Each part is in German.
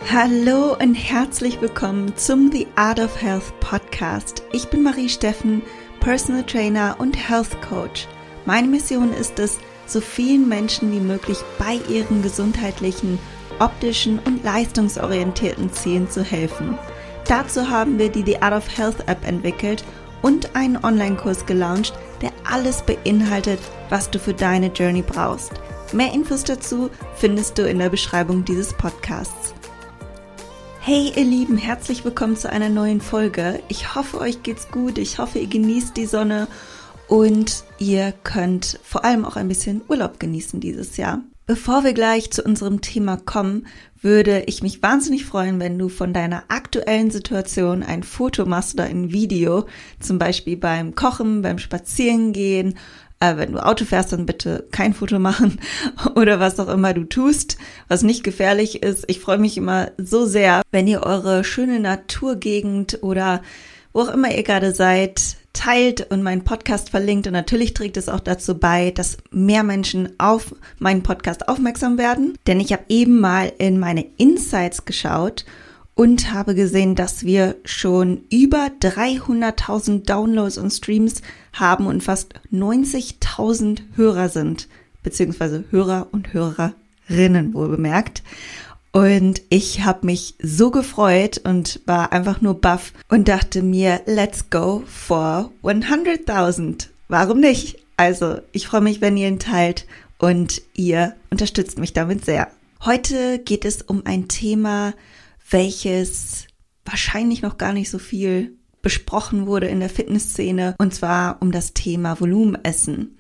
Hallo und herzlich willkommen zum The Art of Health Podcast. Ich bin Marie Steffen, Personal Trainer und Health Coach. Meine Mission ist es, so vielen Menschen wie möglich bei ihren gesundheitlichen, optischen und leistungsorientierten Zielen zu helfen. Dazu haben wir die The Art of Health App entwickelt und einen Online-Kurs gelauncht, der alles beinhaltet, was du für deine Journey brauchst. Mehr Infos dazu findest du in der Beschreibung dieses Podcasts. Hey ihr Lieben, herzlich willkommen zu einer neuen Folge. Ich hoffe, euch geht's gut, ich hoffe, ihr genießt die Sonne und ihr könnt vor allem auch ein bisschen Urlaub genießen dieses Jahr. Bevor wir gleich zu unserem Thema kommen, würde ich mich wahnsinnig freuen, wenn du von deiner aktuellen Situation ein Foto machst oder ein Video, zum Beispiel beim Kochen, beim Spazierengehen. Wenn du Auto fährst, dann bitte kein Foto machen oder was auch immer du tust, was nicht gefährlich ist. Ich freue mich immer so sehr, wenn ihr eure schöne Naturgegend oder wo auch immer ihr gerade seid, teilt und meinen Podcast verlinkt. Und natürlich trägt es auch dazu bei, dass mehr Menschen auf meinen Podcast aufmerksam werden. Denn ich habe eben mal in meine Insights geschaut und habe gesehen, dass wir schon über 300.000 Downloads und Streams haben und fast 90.000 Hörer sind, beziehungsweise Hörer und Hörerinnen wohlbemerkt. Und ich habe mich so gefreut und war einfach nur baff und dachte mir, let's go for 100.000. Warum nicht? Also ich freue mich, wenn ihr ihn teilt und ihr unterstützt mich damit sehr. Heute geht es um ein Thema, welches wahrscheinlich noch gar nicht so viel besprochen wurde in der Fitnessszene, und zwar um das Thema Volumenessen.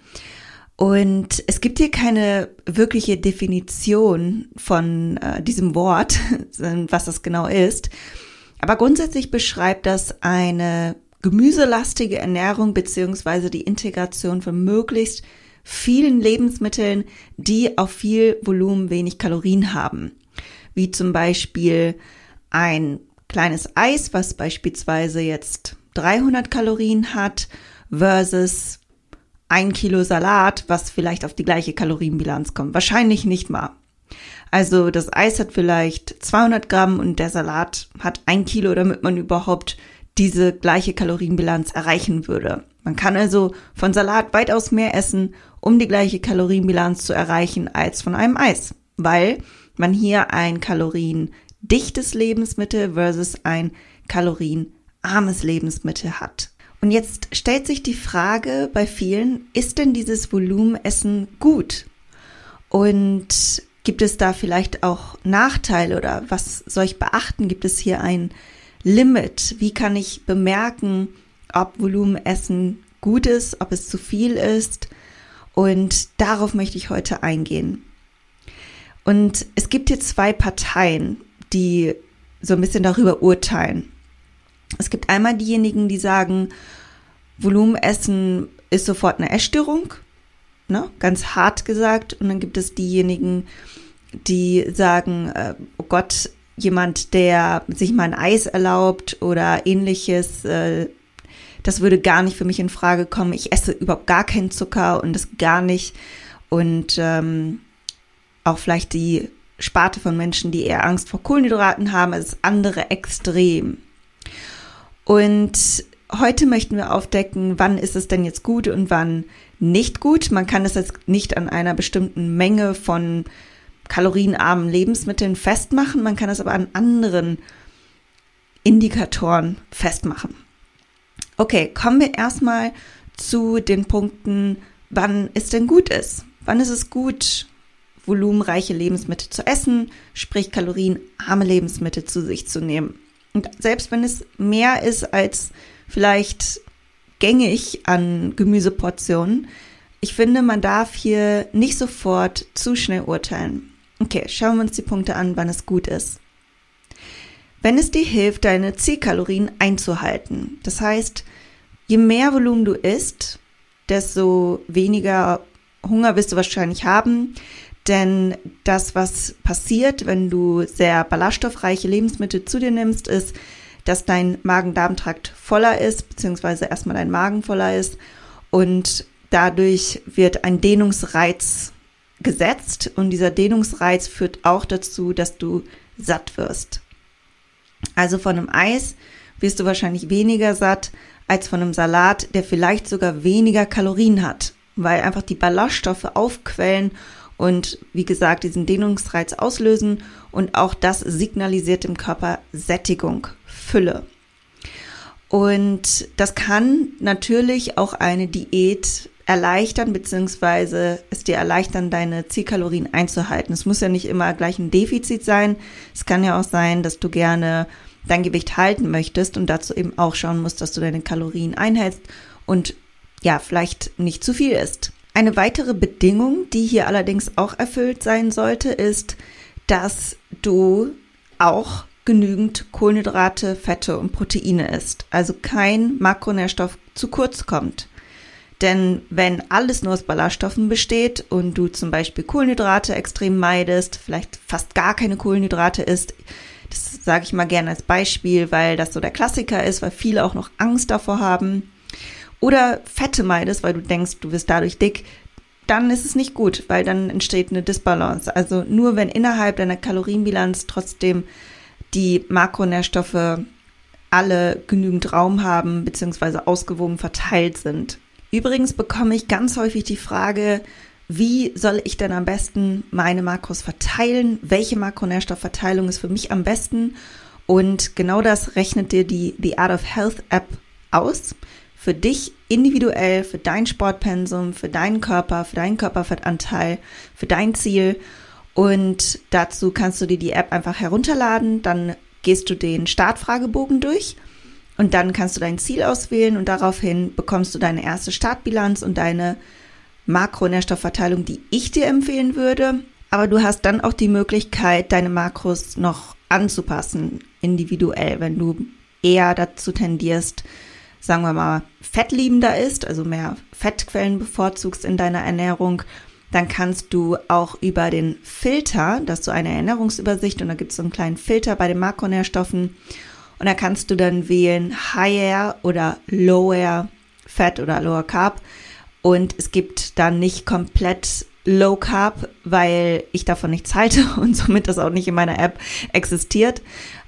Und es gibt hier keine wirkliche Definition von diesem Wort, was das genau ist. Aber grundsätzlich beschreibt das eine gemüselastige Ernährung beziehungsweise die Integration von möglichst vielen Lebensmitteln, die auf viel Volumen wenig Kalorien haben. Wie zum Beispiel ein kleines Eis, was beispielsweise jetzt 300 Kalorien hat, versus 1 Kilo Salat, was vielleicht auf die gleiche Kalorienbilanz kommt. Wahrscheinlich nicht mal. Also das Eis hat vielleicht 200 Gramm und der Salat hat 1 Kilo, damit man überhaupt diese gleiche Kalorienbilanz erreichen würde. Man kann also von Salat weitaus mehr essen, um die gleiche Kalorienbilanz zu erreichen als von einem Eis, weil man hier ein kaloriendichtes Lebensmittel versus ein kalorienarmes Lebensmittel hat. Und jetzt stellt sich die Frage bei vielen, ist denn dieses Volumenessen gut? Und gibt es da vielleicht auch Nachteile oder was soll ich beachten? Gibt es hier ein Limit? Wie kann ich bemerken, ob Volumenessen gut ist, ob es zu viel ist? Und darauf möchte ich heute eingehen. Und es gibt hier zwei Parteien, die so ein bisschen darüber urteilen. Es gibt einmal diejenigen, die sagen, Volumenessen ist sofort eine Essstörung, ne? Ganz hart gesagt. Und dann gibt es diejenigen, die sagen, oh Gott, jemand, der sich mal ein Eis erlaubt oder ähnliches, das würde gar nicht für mich in Frage kommen. Ich esse überhaupt gar keinen Zucker und das gar nicht. Und auch vielleicht die Sparte von Menschen, die eher Angst vor Kohlenhydraten haben, also das andere Extrem. Und heute möchten wir aufdecken, wann ist es denn jetzt gut und wann nicht gut. Man kann es jetzt nicht an einer bestimmten Menge von kalorienarmen Lebensmitteln festmachen, man kann es aber an anderen Indikatoren festmachen. Okay, kommen wir erstmal zu den Punkten, wann es denn gut ist. Wann ist es gut, volumenreiche Lebensmittel zu essen, sprich kalorienarme Lebensmittel zu sich zu nehmen. Und selbst wenn es mehr ist als vielleicht gängig an Gemüseportionen, ich finde, man darf hier nicht sofort zu schnell urteilen. Okay, schauen wir uns die Punkte an, wann es gut ist. Wenn es dir hilft, deine Zielkalorien einzuhalten, das heißt, je mehr Volumen du isst, desto weniger Hunger wirst du wahrscheinlich haben, denn das, was passiert, wenn du sehr ballaststoffreiche Lebensmittel zu dir nimmst, ist, dass dein Magen-Darm-Trakt voller ist, beziehungsweise erstmal dein Magen voller ist und dadurch wird ein Dehnungsreiz gesetzt und dieser Dehnungsreiz führt auch dazu, dass du satt wirst. Also von einem Eis wirst du wahrscheinlich weniger satt als von einem Salat, der vielleicht sogar weniger Kalorien hat, weil einfach die Ballaststoffe aufquellen und wie gesagt diesen Dehnungsreiz auslösen und auch das signalisiert dem Körper Sättigung, Fülle. Und das kann natürlich auch eine Diät erleichtern, beziehungsweise es dir erleichtern, deine Zielkalorien einzuhalten. Es muss ja nicht immer gleich ein Defizit sein. Es kann ja auch sein, dass du gerne dein Gewicht halten möchtest und dazu eben auch schauen musst, dass du deine Kalorien einhältst und ja, vielleicht nicht zu viel isst. Eine weitere Bedingung, die hier allerdings auch erfüllt sein sollte, ist, dass du auch genügend Kohlenhydrate, Fette und Proteine isst. Also kein Makronährstoff zu kurz kommt. Denn wenn alles nur aus Ballaststoffen besteht und du zum Beispiel Kohlenhydrate extrem meidest, vielleicht fast gar keine Kohlenhydrate isst, das sage ich mal gerne als Beispiel, weil das so der Klassiker ist, weil viele auch noch Angst davor haben, oder Fette meidest, weil du denkst, du wirst dadurch dick, dann ist es nicht gut, weil dann entsteht eine Disbalance. Also nur wenn innerhalb deiner Kalorienbilanz trotzdem die Makronährstoffe alle genügend Raum haben, beziehungsweise ausgewogen verteilt sind. Übrigens bekomme ich ganz häufig die Frage, wie soll ich denn am besten meine Makros verteilen? Welche Makronährstoffverteilung ist für mich am besten? Und genau das rechnet dir die The Art of Health App aus. Für dich individuell, für dein Sportpensum, für deinen Körper, für deinen Körperfettanteil, für dein Ziel. Und dazu kannst du dir die App einfach herunterladen, dann gehst du den Startfragebogen durch und dann kannst du dein Ziel auswählen und daraufhin bekommst du deine erste Startbilanz und deine Makronährstoffverteilung, die ich dir empfehlen würde. Aber du hast dann auch die Möglichkeit, deine Makros noch anzupassen, individuell, wenn du eher dazu tendierst, sagen wir mal, fettliebender ist, also mehr Fettquellen bevorzugst in deiner Ernährung, dann kannst du auch über den Filter, das ist so eine Ernährungsübersicht und da gibt es so einen kleinen Filter bei den Makronährstoffen und da kannst du dann wählen Higher oder Lower Fat oder Lower Carb und es gibt dann nicht komplett Low Carb, weil ich davon nichts halte und somit das auch nicht in meiner App existiert,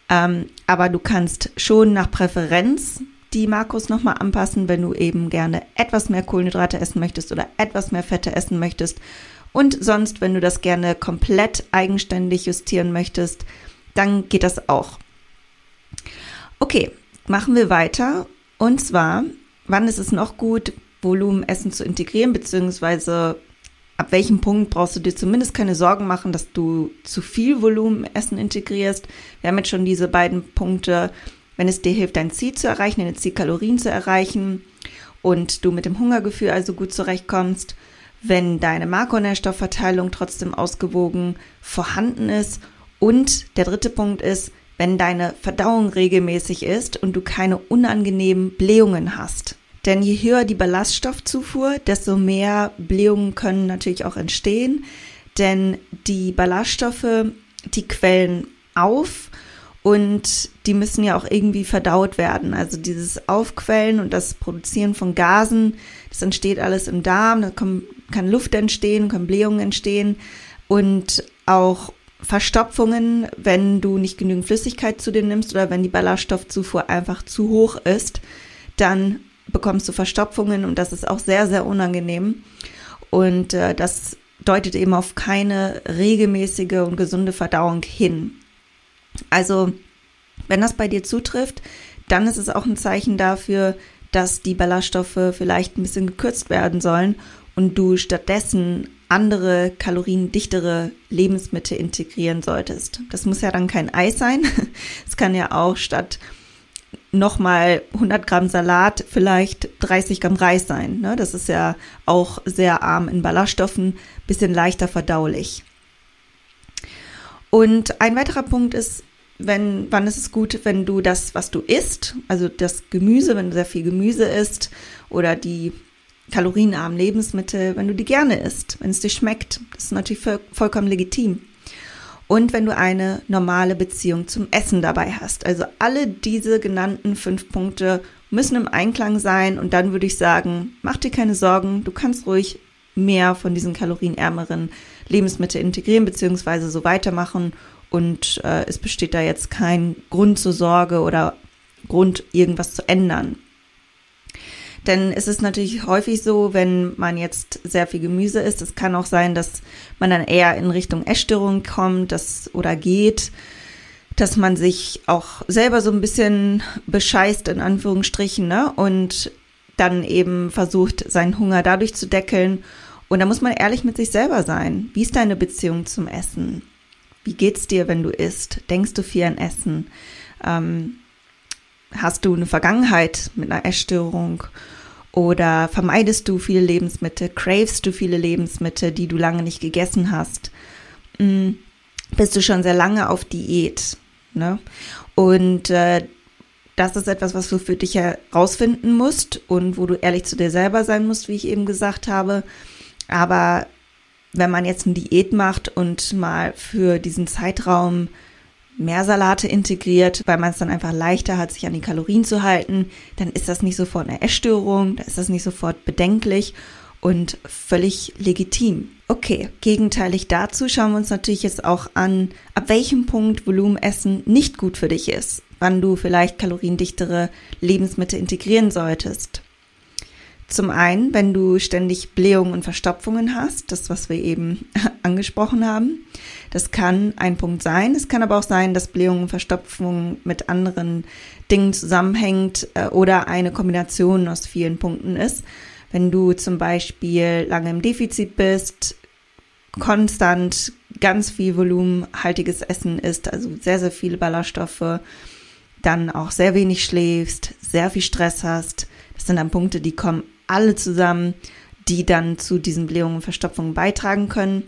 aber du kannst schon nach Präferenz die Makros nochmal anpassen, wenn du eben gerne etwas mehr Kohlenhydrate essen möchtest oder etwas mehr Fette essen möchtest. Und sonst, wenn du das gerne komplett eigenständig justieren möchtest, dann geht das auch. Okay, machen wir weiter. Und zwar, wann ist es noch gut, Volumenessen zu integrieren, beziehungsweise ab welchem Punkt brauchst du dir zumindest keine Sorgen machen, dass du zu viel Volumenessen integrierst. Wir haben jetzt schon diese beiden Punkte. Wenn es dir hilft, dein Ziel zu erreichen, deine Zielkalorien zu erreichen und du mit dem Hungergefühl also gut zurechtkommst, wenn deine Makronährstoffverteilung trotzdem ausgewogen vorhanden ist und der dritte Punkt ist, wenn deine Verdauung regelmäßig ist und du keine unangenehmen Blähungen hast. Denn je höher die Ballaststoffzufuhr, desto mehr Blähungen können natürlich auch entstehen, denn die Ballaststoffe, die quellen auf und die müssen ja auch irgendwie verdaut werden. Also dieses Aufquellen und das Produzieren von Gasen, das entsteht alles im Darm, da kann Luft entstehen, können Blähungen entstehen und auch Verstopfungen, wenn du nicht genügend Flüssigkeit zu dir nimmst oder wenn die Ballaststoffzufuhr einfach zu hoch ist, dann bekommst du Verstopfungen und das ist auch sehr, sehr unangenehm. Und das deutet eben auf keine regelmäßige und gesunde Verdauung hin. Also, wenn das bei dir zutrifft, dann ist es auch ein Zeichen dafür, dass die Ballaststoffe vielleicht ein bisschen gekürzt werden sollen und du stattdessen andere kaloriendichtere Lebensmittel integrieren solltest. Das muss ja dann kein Eis sein. Es kann ja auch statt nochmal 100 Gramm Salat vielleicht 30 Gramm Reis sein. Ne? Das ist ja auch sehr arm in Ballaststoffen, bisschen leichter verdaulich. Und ein weiterer Punkt ist, wann ist es gut, wenn du das, was du isst, also das Gemüse, wenn du sehr viel Gemüse isst oder die kalorienarmen Lebensmittel, wenn du die gerne isst, wenn es dir schmeckt. Das ist natürlich vollkommen legitim. Und wenn du eine normale Beziehung zum Essen dabei hast. Also alle diese genannten 5 Punkte müssen im Einklang sein und dann würde ich sagen, mach dir keine Sorgen, du kannst ruhig mehr von diesen kalorienärmeren Lebensmitteln integrieren bzw. so weitermachen und es besteht da jetzt kein Grund zur Sorge oder Grund, irgendwas zu ändern. Denn es ist natürlich häufig so, wenn man jetzt sehr viel Gemüse isst, es kann auch sein, dass man dann eher in Richtung Essstörung kommt oder geht, dass man sich auch selber so ein bisschen bescheißt, in Anführungsstrichen, ne? Und dann eben versucht, seinen Hunger dadurch zu deckeln. Und da muss man ehrlich mit sich selber sein. Wie ist deine Beziehung zum Essen? Wie geht's dir, wenn du isst? Denkst du viel an Essen? Hast du eine Vergangenheit mit einer Essstörung? Oder vermeidest du viele Lebensmittel? Cravest du viele Lebensmittel, die du lange nicht gegessen hast? Bist du schon sehr lange auf Diät? Ne? Und das ist etwas, was du für dich herausfinden musst und wo du ehrlich zu dir selber sein musst, wie ich eben gesagt habe. Aber wenn man jetzt eine Diät macht und mal für diesen Zeitraum mehr Salate integriert, weil man es dann einfach leichter hat, sich an die Kalorien zu halten, dann ist das nicht sofort eine Essstörung, dann ist das nicht sofort bedenklich und völlig legitim. Okay, gegenteilig dazu schauen wir uns natürlich jetzt auch an, ab welchem Punkt Volumenessen nicht gut für dich ist, wann du vielleicht kaloriendichtere Lebensmittel integrieren solltest. Zum einen, wenn du ständig Blähungen und Verstopfungen hast, das, was wir eben angesprochen haben. Das kann ein Punkt sein. Es kann aber auch sein, dass Blähungen und Verstopfungen mit anderen Dingen zusammenhängt oder eine Kombination aus vielen Punkten ist. Wenn du zum Beispiel lange im Defizit bist, konstant ganz viel volumenhaltiges Essen isst, also sehr, sehr viele Ballaststoffe, dann auch sehr wenig schläfst, sehr viel Stress hast. Das sind dann Punkte, die kommen alle zusammen, die dann zu diesen Blähungen und Verstopfungen beitragen können.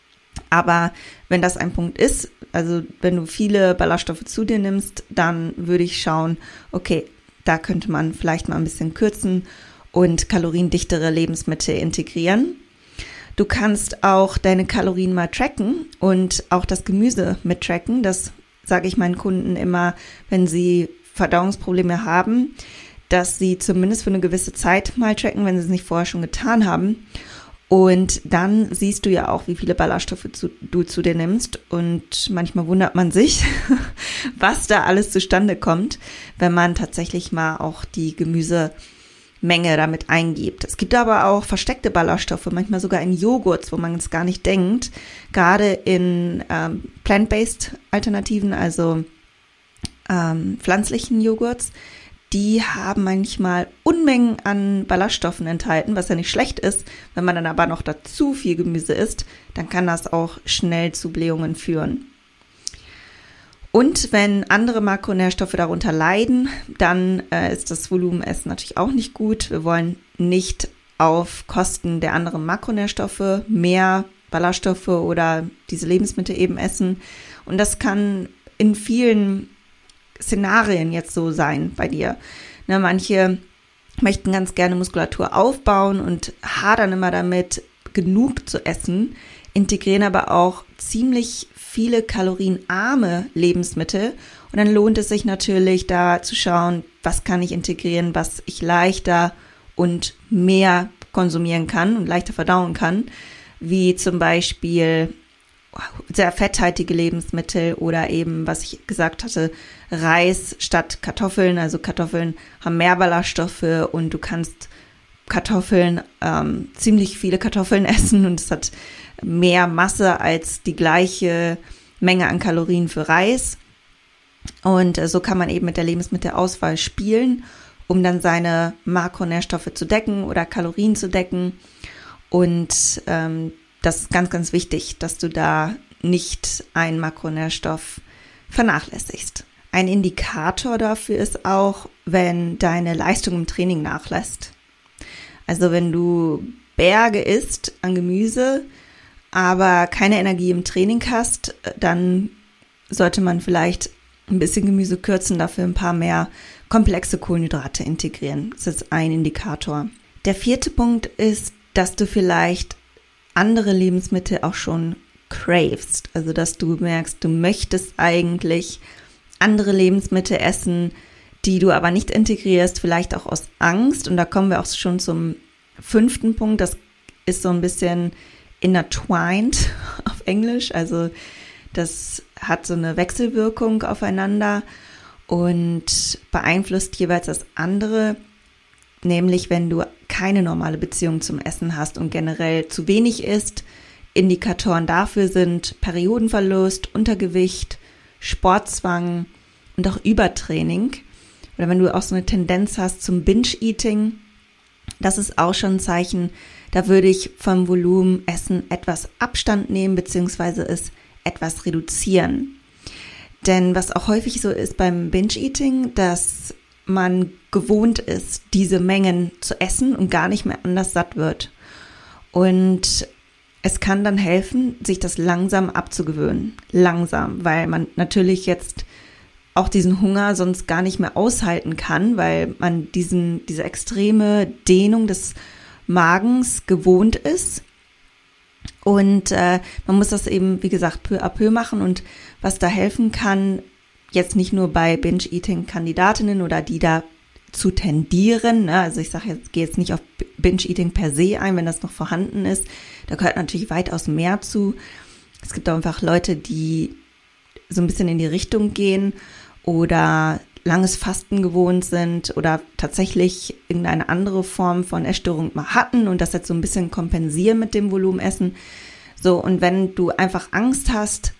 Aber wenn das ein Punkt ist, also wenn du viele Ballaststoffe zu dir nimmst, dann würde ich schauen, okay, da könnte man vielleicht mal ein bisschen kürzen und kaloriendichtere Lebensmittel integrieren. Du kannst auch deine Kalorien mal tracken und auch das Gemüse mit tracken. Das sage ich meinen Kunden immer, wenn sie Verdauungsprobleme haben, dass sie zumindest für eine gewisse Zeit mal tracken, wenn sie es nicht vorher schon getan haben. Und dann siehst du ja auch, wie viele Ballaststoffe du zu dir nimmst. Und manchmal wundert man sich, was da alles zustande kommt, wenn man tatsächlich mal auch die Gemüsemenge damit eingibt. Es gibt aber auch versteckte Ballaststoffe, manchmal sogar in Joghurts, wo man es gar nicht denkt. Gerade in plant-based Alternativen, also pflanzlichen Joghurts, die haben manchmal Unmengen an Ballaststoffen enthalten, was ja nicht schlecht ist. Wenn man dann aber noch dazu viel Gemüse isst, dann kann das auch schnell zu Blähungen führen. Und wenn andere Makronährstoffe darunter leiden, dann ist das Volumenessen natürlich auch nicht gut. Wir wollen nicht auf Kosten der anderen Makronährstoffe mehr Ballaststoffe oder diese Lebensmittel eben essen. Und das kann in vielen Szenarien jetzt so sein bei dir. Ne, manche möchten ganz gerne Muskulatur aufbauen und hadern immer damit, genug zu essen, integrieren aber auch ziemlich viele kalorienarme Lebensmittel. Und dann lohnt es sich natürlich, da zu schauen, was kann ich integrieren, was ich leichter und mehr konsumieren kann und leichter verdauen kann, wie zum Beispiel sehr fetthaltige Lebensmittel oder eben, was ich gesagt hatte, Reis statt Kartoffeln. Also Kartoffeln haben mehr Ballaststoffe und du kannst ziemlich viele Kartoffeln essen und es hat mehr Masse als die gleiche Menge an Kalorien für Reis. Und so kann man eben mit der Lebensmittelauswahl spielen, um dann seine Makronährstoffe zu decken oder Kalorien zu decken. Und das ist ganz, ganz wichtig, dass du da nicht einen Makronährstoff vernachlässigst. Ein Indikator dafür ist auch, wenn deine Leistung im Training nachlässt. Also wenn du Berge isst an Gemüse, aber keine Energie im Training hast, dann sollte man vielleicht ein bisschen Gemüse kürzen, dafür ein paar mehr komplexe Kohlenhydrate integrieren. Das ist ein Indikator. Der 4. Punkt ist, dass du vielleicht andere Lebensmittel auch schon cravest. Also dass du merkst, du möchtest eigentlich andere Lebensmittel essen, die du aber nicht integrierst, vielleicht auch aus Angst. Und da kommen wir auch schon zum 5. Punkt. Das ist so ein bisschen intertwined auf Englisch. Also Das hat so eine Wechselwirkung aufeinander und beeinflusst jeweils das andere. Nämlich, wenn du keine normale Beziehung zum Essen hast und generell zu wenig isst. Indikatoren dafür sind Periodenverlust, Untergewicht, Sportzwang und auch Übertraining. Oder wenn du auch so eine Tendenz hast zum Binge-Eating, das ist auch schon ein Zeichen, da würde ich vom Volumenessen etwas Abstand nehmen bzw. es etwas reduzieren. Denn was auch häufig so ist beim Binge-Eating, dass man gewohnt ist, diese Mengen zu essen und gar nicht mehr anders satt wird. Und es kann dann helfen, sich das langsam abzugewöhnen. Langsam, weil man natürlich jetzt auch diesen Hunger sonst gar nicht mehr aushalten kann, weil man diese extreme Dehnung des Magens gewohnt ist. Und man muss das eben, wie gesagt, peu à peu machen. Und was da helfen kann, jetzt nicht nur bei Binge-Eating-Kandidatinnen oder die da zu tendieren, ne? Also ich gehe jetzt nicht auf Binge-Eating per se ein, wenn das noch vorhanden ist. Da gehört natürlich weitaus mehr zu. Es gibt auch einfach Leute, die so ein bisschen in die Richtung gehen oder langes Fasten gewohnt sind oder tatsächlich irgendeine andere Form von Essstörung mal hatten und das jetzt so ein bisschen kompensieren mit dem Volumenessen. So, und wenn du einfach Angst hast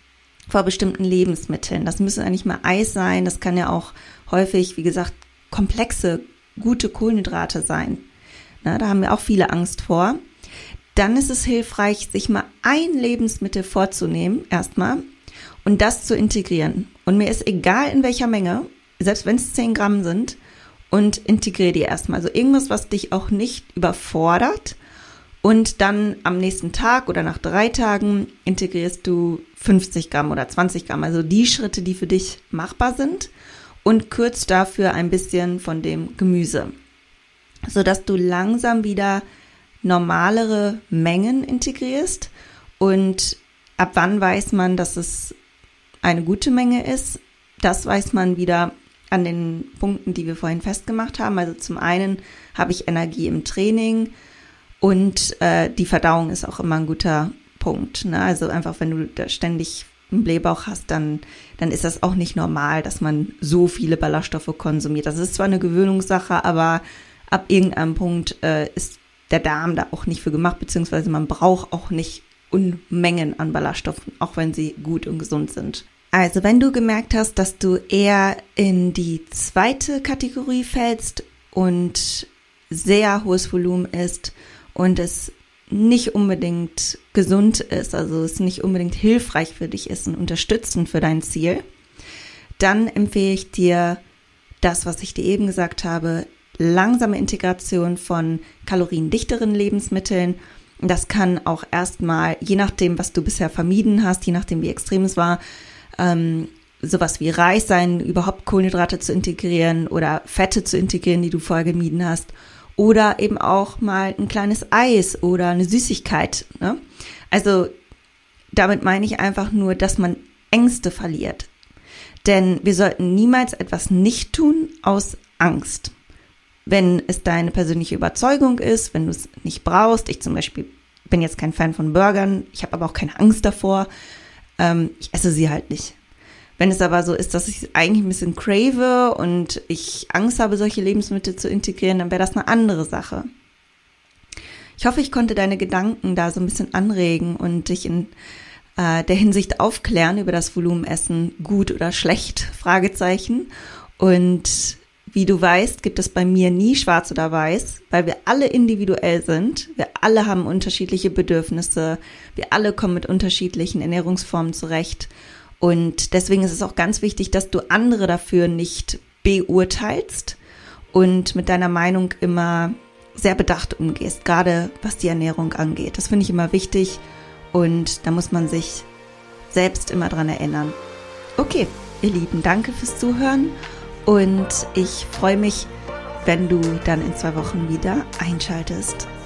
vor bestimmten Lebensmitteln, das müssen ja nicht mal Eis sein, das kann ja auch häufig, wie gesagt, komplexe, gute Kohlenhydrate sein. Na, da haben wir auch viele Angst vor. Dann ist es hilfreich, sich mal ein Lebensmittel vorzunehmen, erstmal, und das zu integrieren. Und mir ist egal, in welcher Menge, selbst wenn es 10 Gramm sind, und integriere die erstmal. Also irgendwas, was dich auch nicht überfordert. Und dann am nächsten Tag oder nach 3 Tagen integrierst du 50 Gramm oder 20 Gramm. Also die Schritte, die für dich machbar sind. Und kürzt dafür ein bisschen von dem Gemüse. Sodass du langsam wieder normalere Mengen integrierst. Und ab wann weiß man, dass es eine gute Menge ist? Das weiß man wieder an den Punkten, die wir vorhin festgemacht haben. Also zum einen habe ich Energie im Training und die Verdauung ist auch immer ein guter Punkt. Ne? Also einfach, wenn du da ständig einen Blähbauch hast, dann ist das auch nicht normal, dass man so viele Ballaststoffe konsumiert. Das ist zwar eine Gewöhnungssache, aber ab irgendeinem Punkt ist der Darm da auch nicht für gemacht, beziehungsweise man braucht auch nicht Unmengen an Ballaststoffen, auch wenn sie gut und gesund sind. Also wenn du gemerkt hast, dass du eher in die zweite Kategorie fällst und sehr hohes Volumen isst und es nicht unbedingt gesund ist, also es nicht unbedingt hilfreich für dich ist und unterstützend für dein Ziel, dann empfehle ich dir das, was ich dir eben gesagt habe, langsame Integration von kaloriendichteren Lebensmitteln. Das kann auch erstmal, je nachdem, was du bisher vermieden hast, je nachdem, wie extrem es war, sowas wie Reis sein, überhaupt Kohlenhydrate zu integrieren oder Fette zu integrieren, die du vorher gemieden hast. Oder eben auch mal ein kleines Eis oder eine Süßigkeit. Ne? Also damit meine ich einfach nur, dass man Ängste verliert. Denn wir sollten niemals etwas nicht tun aus Angst. Wenn es deine persönliche Überzeugung ist, wenn du es nicht brauchst, ich zum Beispiel bin jetzt kein Fan von Burgern, ich habe aber auch keine Angst davor, ich esse sie halt nicht. Wenn es aber so ist, dass ich eigentlich ein bisschen crave und ich Angst habe, solche Lebensmittel zu integrieren, dann wäre das eine andere Sache. Ich hoffe, ich konnte deine Gedanken da so ein bisschen anregen und dich in der Hinsicht aufklären über das Volumenessen, gut oder schlecht, Fragezeichen. Und wie du weißt, gibt es bei mir nie schwarz oder weiß, weil wir alle individuell sind. Wir alle haben unterschiedliche Bedürfnisse. Wir alle kommen mit unterschiedlichen Ernährungsformen zurecht. Und deswegen ist es auch ganz wichtig, dass du andere dafür nicht beurteilst und mit deiner Meinung immer sehr bedacht umgehst, gerade was die Ernährung angeht. Das finde ich immer wichtig und da muss man sich selbst immer dran erinnern. Okay, ihr Lieben, danke fürs Zuhören. Und ich freue mich, wenn du dann in 2 Wochen wieder einschaltest.